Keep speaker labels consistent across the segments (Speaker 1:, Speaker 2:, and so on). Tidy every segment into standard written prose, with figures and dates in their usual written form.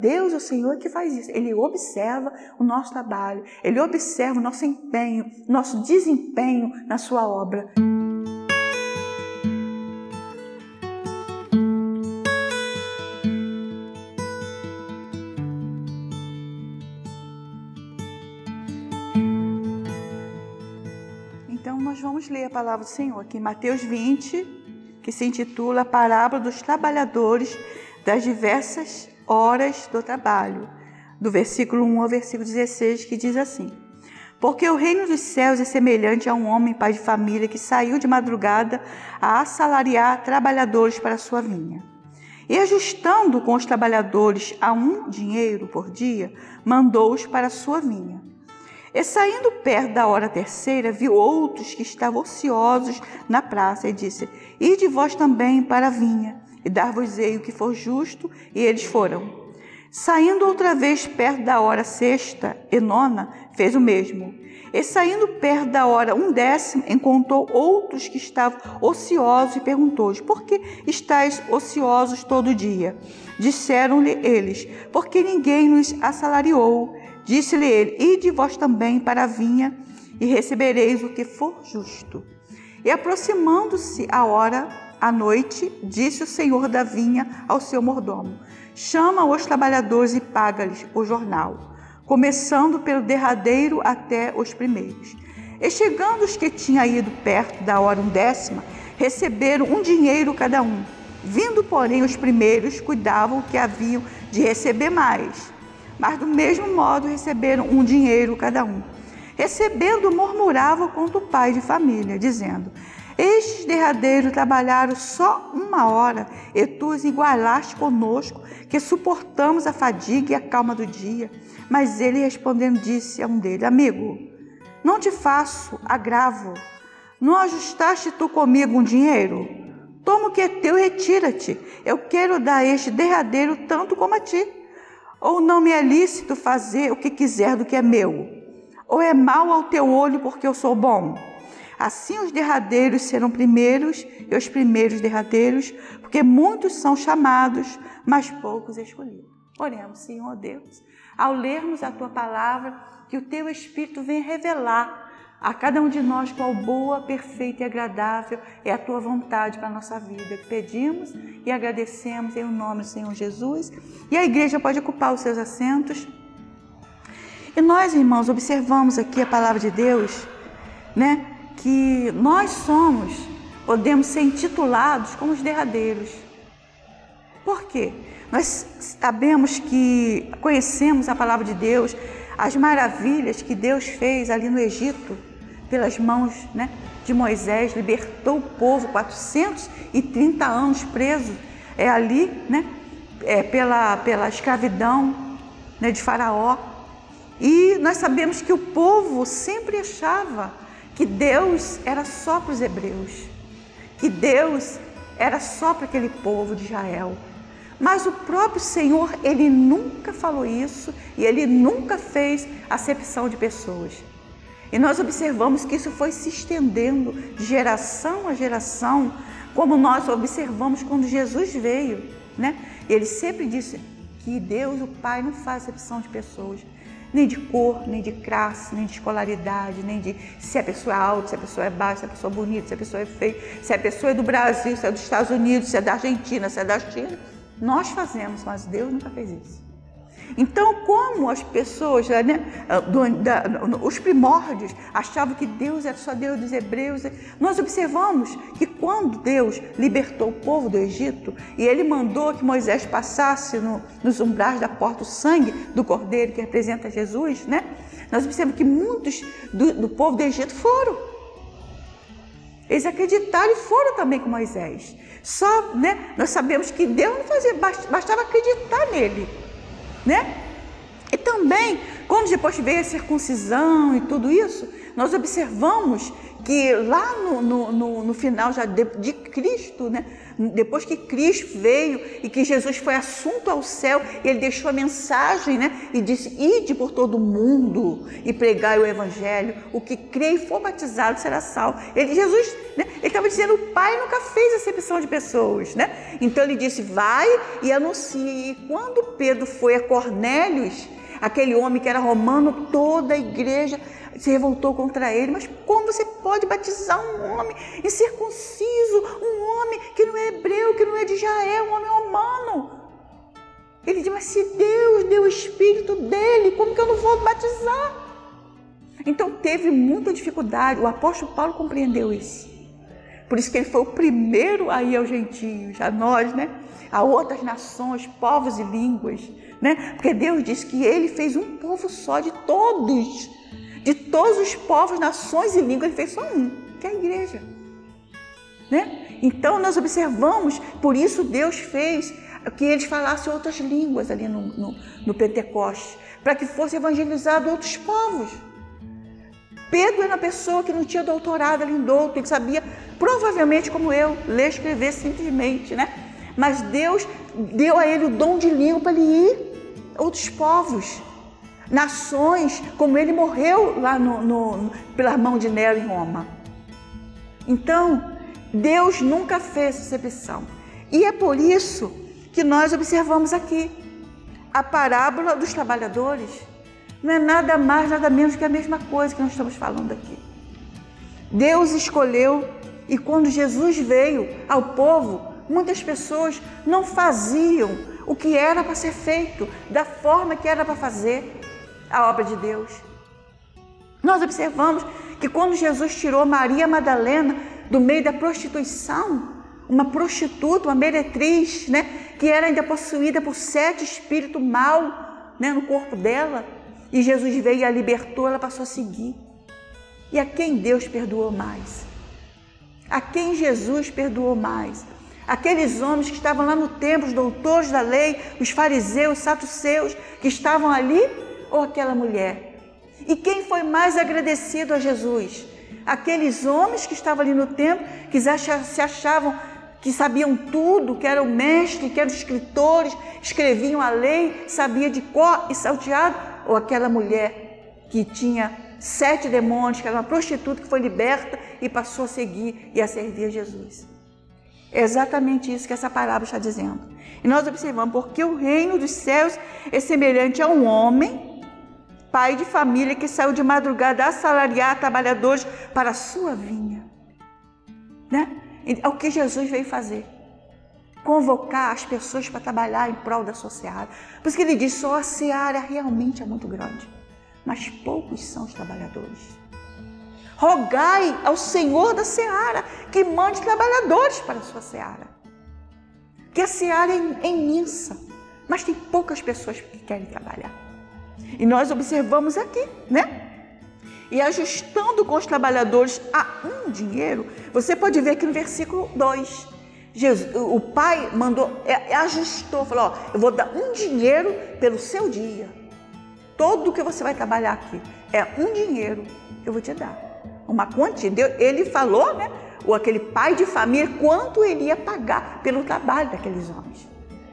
Speaker 1: Deus é o Senhor que faz isso. Ele observa o nosso trabalho, Ele observa o nosso empenho, nosso desempenho na sua obra. Então nós vamos ler a palavra do Senhor aqui em Mateus 20, que se intitula A Parábola dos Trabalhadores das Diversas Horas do Trabalho, do versículo 1 ao versículo 16, que diz assim: Porque o reino dos céus é semelhante a um homem pai de família que saiu de madrugada a assalariar trabalhadores para a sua vinha. E ajustando com os trabalhadores a um dinheiro por dia, mandou-os para a sua vinha. E saindo perto da hora terceira, viu outros que estavam ociosos na praça e disse: Ide vós também para a vinha, e dar-vos-ei o que for justo. E eles foram. Saindo outra vez perto da hora sexta e nona, fez o mesmo. E saindo perto da hora 1/10, encontrou outros que estavam ociosos e perguntou-lhes: Por que estáis ociosos todo dia? Disseram-lhe eles: Porque ninguém nos assalariou. Disse-lhe ele: Ide vós também para a vinha, e recebereis o que for justo. E aproximando-se a hora, à noite, disse o senhor da vinha ao seu mordomo: Chama os trabalhadores e paga-lhes o jornal, começando pelo derradeiro até os primeiros. E chegando os que tinham ido perto da hora 1/10, receberam um dinheiro cada um. Vindo, porém, os primeiros, cuidavam que haviam de receber mais. Mas do mesmo modo receberam um dinheiro cada um. Recebendo, murmuravam contra o pai de família, dizendo: Estes derradeiros trabalharam só 1 hora, e tu os igualaste conosco, que suportamos a fadiga e a calma do dia. Mas ele respondendo disse a um deles: Amigo, não te faço agravo. Não ajustaste tu comigo um dinheiro? Toma o que é teu e retira-te. Eu quero dar a este derradeiro tanto como a ti. Ou não me é lícito fazer o que quiser do que é meu? Ou é mal ao teu olho porque eu sou bom? Assim os derradeiros serão primeiros e os primeiros derradeiros, porque muitos são chamados, mas poucos escolhidos. Oremos, Senhor Deus, ao lermos a Tua palavra, que o Teu Espírito venha revelar a cada um de nós qual boa, perfeita e agradável é a Tua vontade para a nossa vida. Pedimos e agradecemos em nome do Senhor Jesus. E a igreja pode ocupar os seus assentos. E nós, irmãos, observamos aqui a palavra de Deus, né? Que nós podemos ser intitulados como os derradeiros. Por quê? Nós sabemos que conhecemos a palavra de Deus, as maravilhas que Deus fez ali no Egito, pelas mãos, né, de Moisés, libertou o povo, 430 anos preso ali, né, pela escravidão, né, de Faraó. E nós sabemos que o povo sempre achava que Deus era só para os hebreus, que Deus era só para aquele povo de Israel. Mas o próprio Senhor, Ele nunca falou isso e Ele nunca fez acepção de pessoas. E nós observamos que isso foi se estendendo de geração a geração, como nós observamos quando Jesus veio, né? E Ele sempre disse que Deus, o Pai, não faz acepção de pessoas, nem de cor, nem de classe, nem de escolaridade, nem de se a pessoa é alta, se a pessoa é baixa, se a pessoa é bonita, se a pessoa é feia, se a pessoa é do Brasil, se é dos Estados Unidos, se é da Argentina, se é da China. Nós fazemos, mas Deus nunca fez isso. Então, como as pessoas, né, os primórdios, achavam que Deus era só Deus dos hebreus, nós observamos que quando Deus libertou o povo do Egito e Ele mandou que Moisés passasse nos umbrais da porta o sangue do cordeiro, que representa Jesus, né? Nós observamos que muitos do povo do Egito foram. Eles acreditaram e foram também com Moisés. Só, né, nós sabemos que Deus não fazia, bastava acreditar nele, né? E também, quando depois veio a circuncisão e tudo isso, nós observamos que lá no final já de Cristo, né, Depois que Cristo veio e que Jesus foi assunto ao céu, ele deixou a mensagem, né? E disse: ide por todo o mundo e pregai o evangelho. O que crê e for batizado será salvo. Jesus, né? Ele estava dizendo: o Pai nunca fez acepção de pessoas, né? Então ele disse: vai e anuncie. E quando Pedro foi a Cornélios, aquele homem que era romano, toda a igreja se revoltou contra ele. Mas como você pode batizar um homem incircunciso, um homem que não é hebreu, que não é de Israel, um homem romano? Ele disse: mas se Deus deu o Espírito dele, como que eu não vou batizar? Então teve muita dificuldade. O apóstolo Paulo compreendeu isso. Por isso que ele foi o primeiro a ir aos gentios, a nós, né? A outras nações, povos e línguas, né? Porque Deus disse que ele fez um povo só de todos os povos, nações e línguas, ele fez só um, que é a igreja, né? Então nós observamos, por isso Deus fez que eles falassem outras línguas ali no Pentecostes, para que fosse evangelizado outros povos. Pedro era uma pessoa que não tinha doutorado, era indouto, ele sabia, provavelmente como eu, ler e escrever simplesmente, né? Mas Deus deu a ele o dom de língua para ele ir a outros povos, nações, como ele morreu lá pela mão de Nero em Roma. Então, Deus nunca fez acepção. E é por isso que nós observamos aqui a parábola dos trabalhadores. Não é nada mais, nada menos que a mesma coisa que nós estamos falando aqui. Deus escolheu, e quando Jesus veio ao povo, muitas pessoas não faziam o que era para ser feito, da forma que era para fazer a obra de Deus. Nós observamos que quando Jesus tirou Maria Madalena do meio da prostituição, uma prostituta, uma meretriz, né, que era ainda possuída por 7 espíritos maus, né, no corpo dela, e Jesus veio e a libertou, ela passou a seguir. E a quem Deus perdoou mais? A quem Jesus perdoou mais? Aqueles homens que estavam lá no templo, os doutores da lei, os fariseus, os saduceus, que estavam ali, ou aquela mulher? E quem foi mais agradecido a Jesus? Aqueles homens que estavam ali no templo, que se achavam que sabiam tudo, que eram mestres, que eram escritores, escreviam a lei, sabia de cor e salteado? Ou aquela mulher que tinha 7 demônios, que era uma prostituta que foi liberta e passou a seguir e a servir a Jesus? É exatamente isso que essa parábola está dizendo. E nós observamos: porque o reino dos céus é semelhante a um homem, pai de família, que saiu de madrugada a assalariar trabalhadores para a sua vinha. Né? É o que Jesus veio fazer. Convocar as pessoas para trabalhar em prol da sua seara. Por isso que ele diz: só a seara realmente é muito grande, mas poucos são os trabalhadores. Rogai ao Senhor da seara que mande trabalhadores para a sua seara. Que a seara é imensa, mas tem poucas pessoas que querem trabalhar. E nós observamos aqui, né? E ajustando com os trabalhadores a um dinheiro, você pode ver aqui no versículo 2, o pai ajustou, falou: ó, eu vou dar um dinheiro pelo seu dia. Todo que você vai trabalhar aqui é um dinheiro, eu vou te dar. Uma quantia. Ele falou, né? Ou aquele pai de família, quanto ele ia pagar pelo trabalho daqueles homens.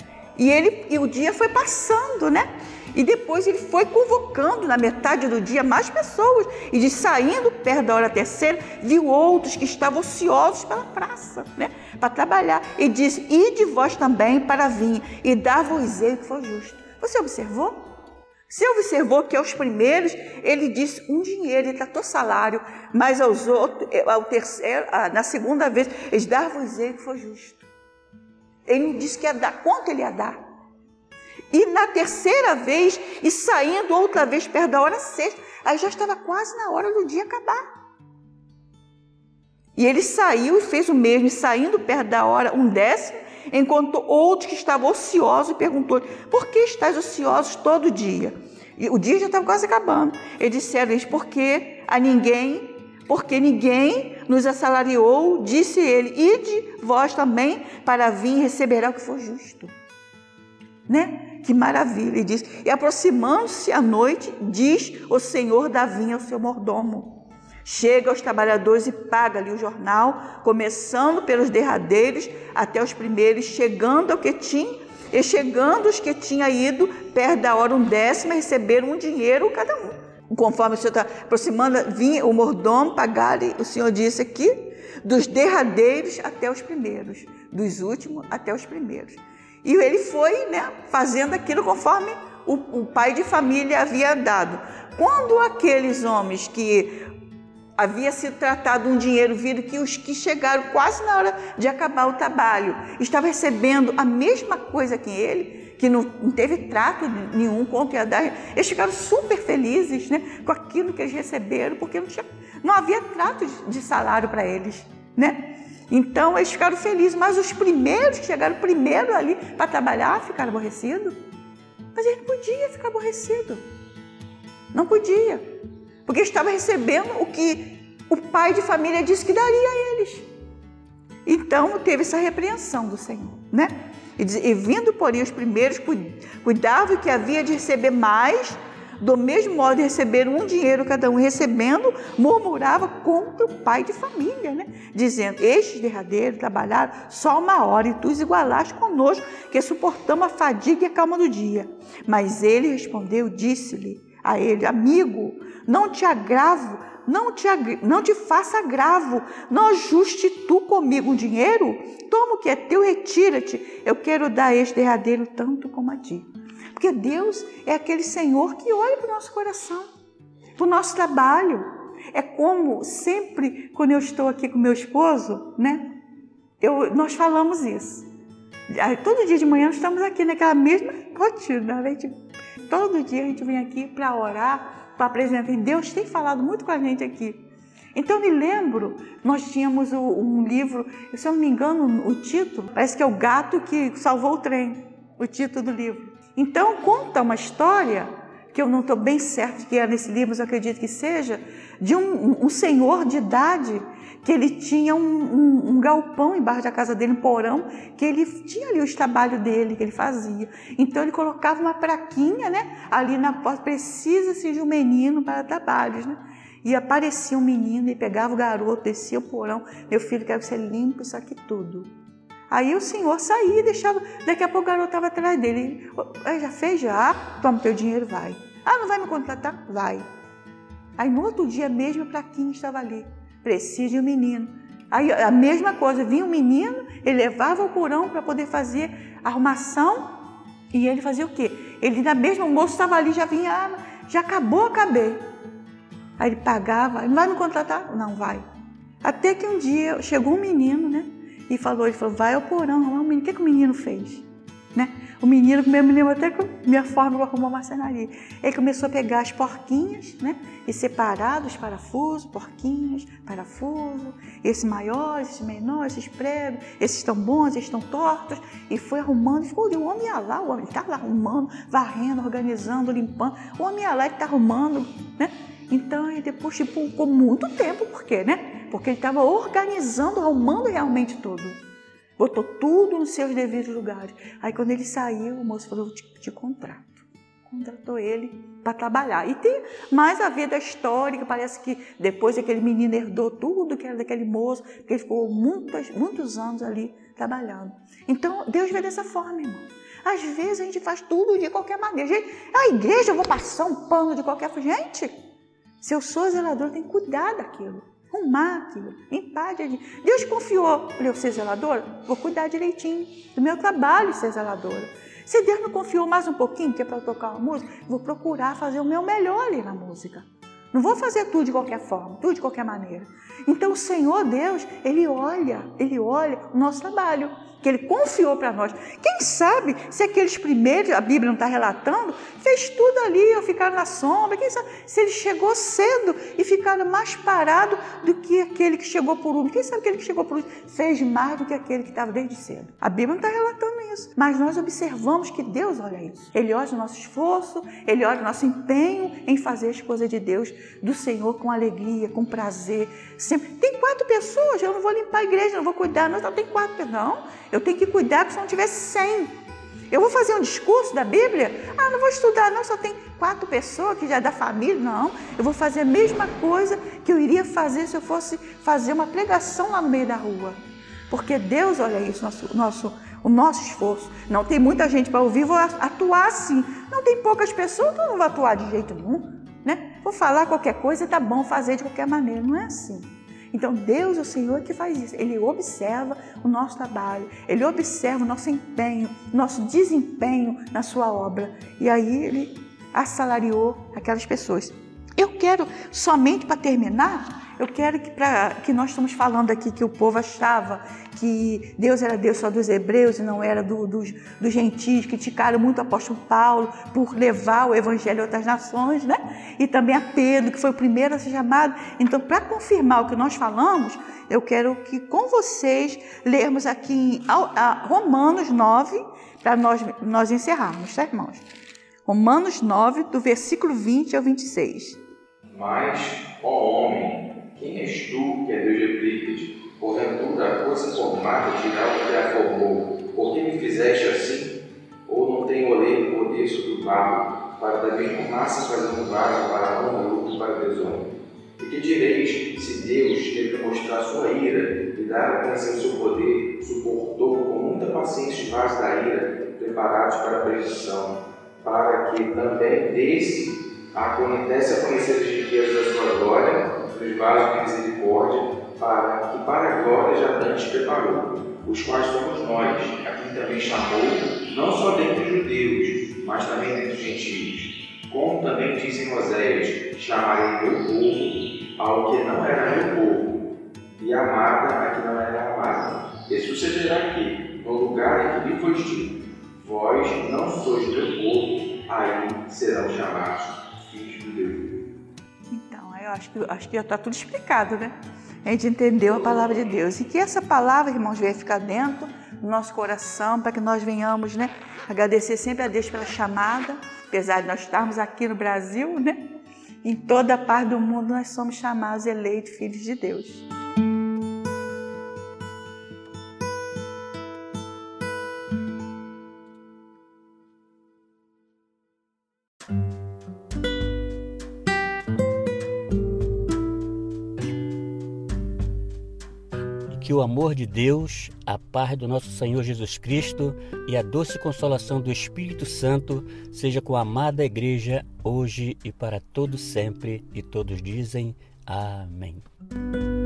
Speaker 1: E o dia foi passando, né? E depois ele foi convocando na metade do dia mais pessoas. E saindo perto da hora terceira, viu outros que estavam ociosos pela praça, né? Para trabalhar. E disse: ide vós também para a vinha e dar-vos-ei o que for justo. Você observou? Você observou que aos primeiros ele disse um dinheiro, ele tratou salário, mas aos outros, na segunda vez, eles dar-vos-ei o que for justo. Ele não disse que ia dar, quanto ele ia dar. E na terceira vez, e saindo outra vez perto da hora sexta, aí já estava quase na hora do dia acabar. E ele saiu e fez o mesmo, e saindo perto da hora, 1/10, encontrou outros que estavam ociosos e perguntou: por que estáis ociosos todo dia? E o dia já estava quase acabando. Eles disseram: porque ninguém nos assalariou. Disse ele: ide vós também para a vinha e receberá o que for justo. Né? Que maravilha! Ele diz: e aproximando-se a noite, diz o senhor da vinha ao seu mordomo: Chega aos trabalhadores e paga-lhe o jornal, começando pelos derradeiros até os primeiros, chegando os que tinham ido perto da hora 1/10, receberam um dinheiro cada um. Conforme o Senhor está aproximando, vinha o mordomo pagar-lhe, o Senhor disse aqui, dos derradeiros até os primeiros, dos últimos até os primeiros. E ele foi, fazendo aquilo conforme o pai de família havia dado. Quando aqueles homens que havia sido tratado um dinheiro, viram que os que chegaram quase na hora de acabar o trabalho estavam recebendo a mesma coisa que ele, que não teve trato nenhum quanto ia dar, eles ficaram super felizes, com aquilo que eles receberam, porque não havia trato de salário para eles, Então eles ficaram felizes, mas os primeiros que chegaram primeiro ali para trabalhar ficaram aborrecidos. Mas ele não podia ficar aborrecido, não podia, porque estava recebendo o que o pai de família disse que daria a eles. Então teve essa repreensão do Senhor, E vindo, porém, os primeiros cuidavam que havia de receber mais, do mesmo modo receberam um dinheiro cada um, recebendo, murmurava contra o pai de família, dizendo: estes derradeiros trabalharam só 1 hora e tu os igualaste conosco, que suportamos a fadiga e a calma do dia. Mas ele respondeu, disse-lhe a ele: amigo, não te faça agravo, não ajuste tu comigo um dinheiro? Toma o que é teu, retira-te, eu quero dar a este derradeiro tanto como a ti. Porque Deus é aquele Senhor que olha para o nosso coração, para o nosso trabalho. É como sempre, quando eu estou aqui com meu esposo, nós falamos isso. Todo dia de manhã nós estamos aqui naquela mesma rotina. Todo dia a gente vem aqui para orar, para apresentar. E Deus tem falado muito com a gente aqui. Então eu me lembro, nós tínhamos um livro, se eu não me engano, o título, parece que é O Gato que Salvou o Trem, o título do livro. Então conta uma história, que eu não estou bem certo que é nesse livro, mas eu acredito que seja, de um senhor de idade, que ele tinha um galpão embaixo da casa dele, um porão, que ele tinha ali os trabalhos dele, que ele fazia. Então ele colocava uma plaquinha, ali na porta: precisa-se de um menino para trabalhos, E aparecia um menino e pegava o garoto, descia o porão: meu filho, quero que você limpe isso aqui tudo. Aí o senhor saía e deixava, daqui a pouco o garoto estava atrás dele. Já fez? Já? Toma teu dinheiro, vai. Não vai me contratar? Vai. Aí no outro dia mesmo a plaquinha estava ali: precisa de um menino. Aí a mesma coisa, vinha um menino, ele levava o porão para poder fazer arrumação, e ele fazia o quê? Ele na mesma, o moço estava ali, já vinha, já acabou, acabei. Aí ele pagava: não vai me contratar? Não, vai. Até que um dia chegou um menino, e ele falou: vai ao porão arrumar o menino. O que o menino fez? O menino, me lembro até que minha forma para arrumar marcenaria. Ele começou a pegar as porquinhas, e separar os parafusos, porquinhas, parafuso, esses maiores, esses menores, esses pregos, esses estão bons, esses estão tortos, e foi arrumando. E ficou, o homem ia lá, o homem estava lá arrumando, varrendo, organizando, limpando. O homem ia lá e está arrumando, Então, e depois, ficou muito tempo. Por quê, Porque ele estava organizando, arrumando realmente tudo. Botou tudo nos seus devidos lugares. Aí, quando ele saiu, o moço falou: te contrato. Contratou ele para trabalhar. E tem mais a ver da história, que parece que depois aquele menino herdou tudo que era daquele moço, porque ele ficou muitos anos ali trabalhando. Então, Deus vê dessa forma, irmão. Às vezes a gente faz tudo de qualquer maneira. A igreja, eu vou passar um pano de qualquer forma. Gente, se eu sou zelador, eu tenho que cuidar daquilo. Arrumar aquilo, limpar. Deus confiou para eu ser zeladora, vou cuidar direitinho do meu trabalho, ser zeladora. Se Deus me confiou mais um pouquinho, que é para eu tocar uma música, vou procurar fazer o meu melhor ali na música. Não vou fazer tudo de qualquer forma, tudo de qualquer maneira. Então o Senhor Deus, Ele olha o nosso trabalho, que Ele confiou para nós. Quem sabe se aqueles primeiros, a Bíblia não está relatando, fez tudo ali, ou ficaram na sombra. Quem sabe se ele chegou cedo e ficaram mais parados do que aquele que chegou por último. Quem sabe aquele que chegou por último fez mais do que aquele que estava desde cedo. A Bíblia não está relatando isso, mas nós observamos que Deus olha isso. Ele olha o nosso esforço, Ele olha o nosso empenho em fazer as coisas de Deus, do Senhor, com alegria, com prazer. Sempre. Tem 4 pessoas, eu não vou limpar a igreja, não vou cuidar, não tem 4 pessoas. Não, eu tenho que cuidar, porque se não tiver 100. Eu vou fazer um discurso da Bíblia? Ah, não vou estudar não, só tem 4 pessoas que já é da família. Não, eu vou fazer a mesma coisa que eu iria fazer se eu fosse fazer uma pregação lá no meio da rua. Porque Deus, olha isso, o nosso esforço. Não tem muita gente para ouvir, vou atuar assim. Não tem poucas pessoas, então eu não vou atuar de jeito nenhum, né? Vou falar qualquer coisa, tá bom, fazer de qualquer maneira. Não é assim. Então Deus é o Senhor que faz isso. Ele observa o nosso trabalho, Ele observa o nosso empenho, nosso desempenho na sua obra. E aí Ele assalariou aquelas pessoas. Eu quero, somente para terminar, eu quero que nós estamos falando aqui que o povo achava que Deus era Deus só dos hebreus e não era dos gentios, criticaram muito o apóstolo Paulo por levar o evangelho a outras nações, né? E também a Pedro, que foi o primeiro a ser chamado. Então, para confirmar o que nós falamos, eu quero que com vocês lermos aqui Romanos 9, para nós encerrarmos, tá, irmãos? Romanos 9, do versículo 20 ao 26.
Speaker 2: Mas, ó homem, quem és tu que a Deus repliques? Porventura, a força formada tirar o que a formou, por que me fizeste assim? Ou não tenho lei poder sobre o barro, para da mesma massa fazer um vaso para a honra e outro para a desonra? E que direis, se Deus, teve que mostrar sua ira e dar a conhecer o seu poder, suportou com muita paciência os vasos da ira, preparados para a perdição, para que também desse acontece a conhecer as riquezas da sua glória, dos vasos de misericórdia, para que para a glória já antes preparou, os quais somos nós, a quem também chamou, não só dentre os judeus, mas também dentre os gentios. Como também diz em Oséias, chamarei meu povo ao que não era meu povo, e amada a que não era amada. E sucederá que, no lugar em que lhe foi dito, vós não sois meu povo, aí serão chamados filhos de Deus.
Speaker 1: Então, eu acho que já está tudo explicado, né? A gente entendeu a palavra de Deus. E que essa palavra, irmãos, venha ficar dentro do nosso coração, para que nós venhamos, né, agradecer sempre a Deus pela chamada, apesar de nós estarmos aqui no Brasil, né? Em toda a parte do mundo nós somos chamados, eleitos, filhos de Deus.
Speaker 3: Que o amor de Deus, a paz do nosso Senhor Jesus Cristo e a doce consolação do Espírito Santo seja com a amada igreja hoje e para todo sempre. E todos dizem amém.